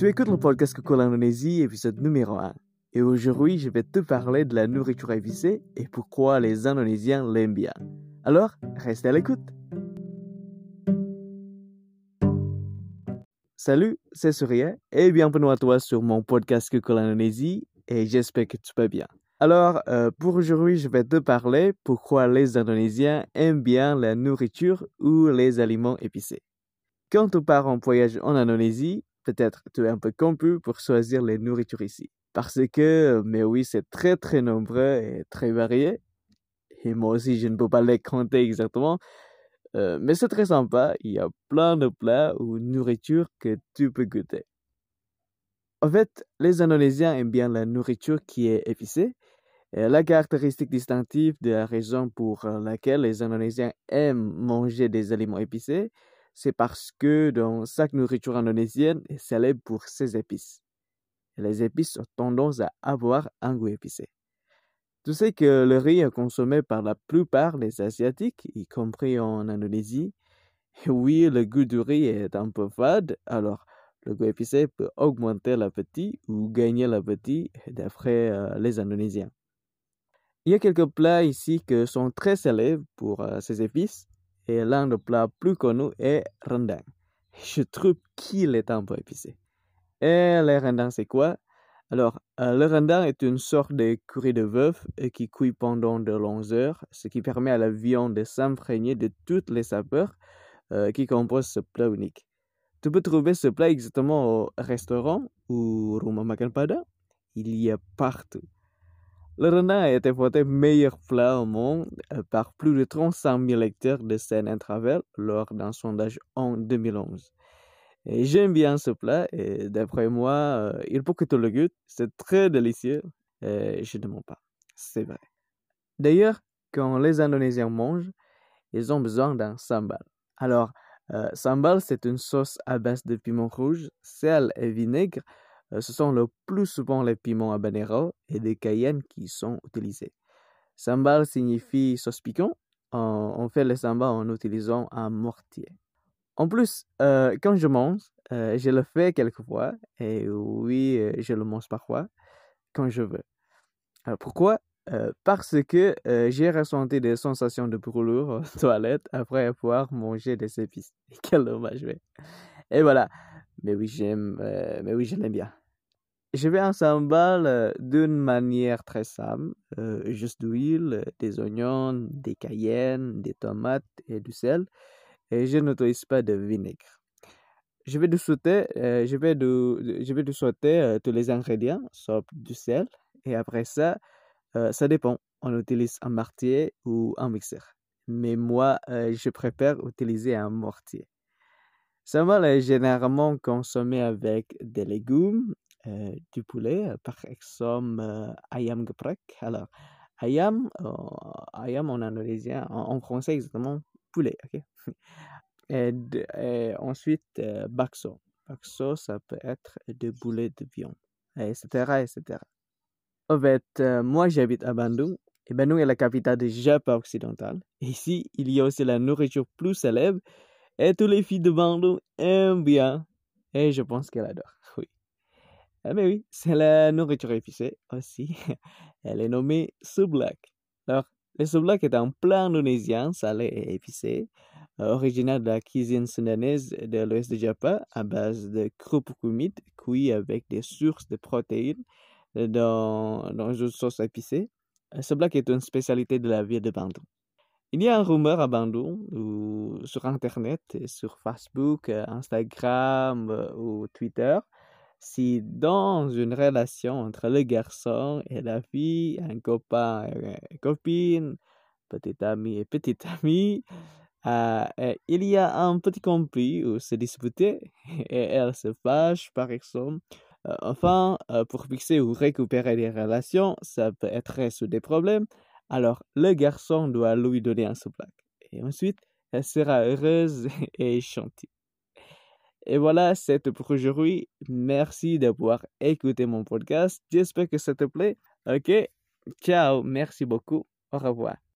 Tu écoutes le podcast Coco l'Indonésie, épisode numéro 1. Et aujourd'hui, je vais te parler de la nourriture épicée et pourquoi les Indonésiens l'aiment bien. Alors, reste à l'écoute. Salut, c'est Surya et bienvenue à toi sur mon podcast Coco l'Indonésie et j'espère que tu vas bien. Alors, pour aujourd'hui, je vais te parler pourquoi les Indonésiens aiment bien la nourriture ou les aliments épicés. Quand tu pars en voyage en Indonésie, peut-être tu es un peu confus pour choisir les nourritures ici. Parce que, mais oui, c'est très très nombreux et très varié. Et moi aussi, je ne peux pas les compter exactement. Mais c'est très sympa. Il y a plein de plats ou nourriture que tu peux goûter. En fait, les Indonésiens aiment bien la nourriture qui est épicée. Et la caractéristique distinctive de la raison pour laquelle les Indonésiens aiment manger des aliments épicés, c'est parce que dans chaque nourriture indonésienne est célèbre pour ses épices. Et les épices ont tendance à avoir un goût épicé. Tu sais que le riz est consommé par la plupart des Asiatiques, y compris en Indonésie. Et oui, le goût du riz est un peu fade, alors le goût épicé peut augmenter l'appétit ou gagner l'appétit d'après les Indonésiens. Il y a quelques plats ici qui sont très célèbres pour ces épices. Et l'un des plats plus connus est rendang. Je trouve qu'il est un peu épicé. Et le rendang, c'est quoi? Alors, le rendang est une sorte de curry de bœuf qui cuit pendant de longues heures, ce qui permet à la viande de s'imprégner de toutes les saveurs qui composent ce plat unique. Tu peux trouver ce plat exactement au restaurant ou rumah makan Padang. Il y a partout. Le rendang a été voté meilleur plat au monde par plus de 35 000 lecteurs de Scène-Intravel lors d'un sondage en 2011. Et j'aime bien ce plat et d'après moi, il faut que tu le goûtes. C'est très délicieux et je ne mens pas. C'est vrai. D'ailleurs, quand les Indonésiens mangent, ils ont besoin d'un sambal. Alors, sambal, c'est une sauce à base de piment rouge, sel et vinaigre. Ce sont le plus souvent les piments habanero et des cayennes qui sont utilisés. Sambal signifie sauce piquante. On fait le sambal en utilisant un mortier. En plus, quand je mange, je le fais quelquefois. Et oui, je le mange parfois, quand je veux. Alors pourquoi? Parce que j'ai ressenti des sensations de brûlure aux toilettes après avoir mangé des épices. Quel dommage, ouais. Et voilà. Mais oui, je l'aime bien. Je fais un sambal d'une manière très simple. Juste de l'huile, des oignons, des cayennes, des tomates et du sel. Et je n'utilise pas de vinaigre. Je vais sauter tous les ingrédients, sauf du sel. Et après ça, ça dépend. On utilise un martier ou un mixeur. Mais moi, je préfère utiliser un mortier. Sambal est généralement consommé avec des légumes, du poulet, par exemple ayam geprek. Alors, ayam en indonésien, en français exactement, poulet, ok? Et ensuite, bakso. Bakso, ça peut être des boulets de viande, etc., etc. En fait, moi, j'habite à Bandung. Et Bandung est la capitale du Japon occidental. Ici, il y a aussi la nourriture plus célèbre. Et tous les filles de Bandung aiment bien. Et je pense qu'elle adore, oui. Ah mais oui, c'est la nourriture épicée aussi. Elle est nommée seblak. Alors, le seblak est un plat indonésien salé et épicé, originaire de la cuisine sundanese de l'ouest du Japon, à base de kerupuk humide cuit avec des sources de protéines dans une sauce épicée. Seblak est une spécialité de la ville de Bandung. Il y a une rumeur à Bandung ou sur Internet, sur Facebook, Instagram ou Twitter. Si dans une relation entre le garçon et la fille, un copain et une copine, petit ami et petite amie, il y a un petit conflit où se disputer et elle se fâche par exemple. Enfin, pour fixer ou récupérer des relations, ça peut être résoudre des problèmes. Alors, le garçon doit lui donner un soupçon. Et ensuite, elle sera heureuse et gentille. Et voilà, c'est tout pour aujourd'hui. Merci d'avoir écouté mon podcast. J'espère que ça te plaît. Ok, ciao, merci beaucoup. Au revoir.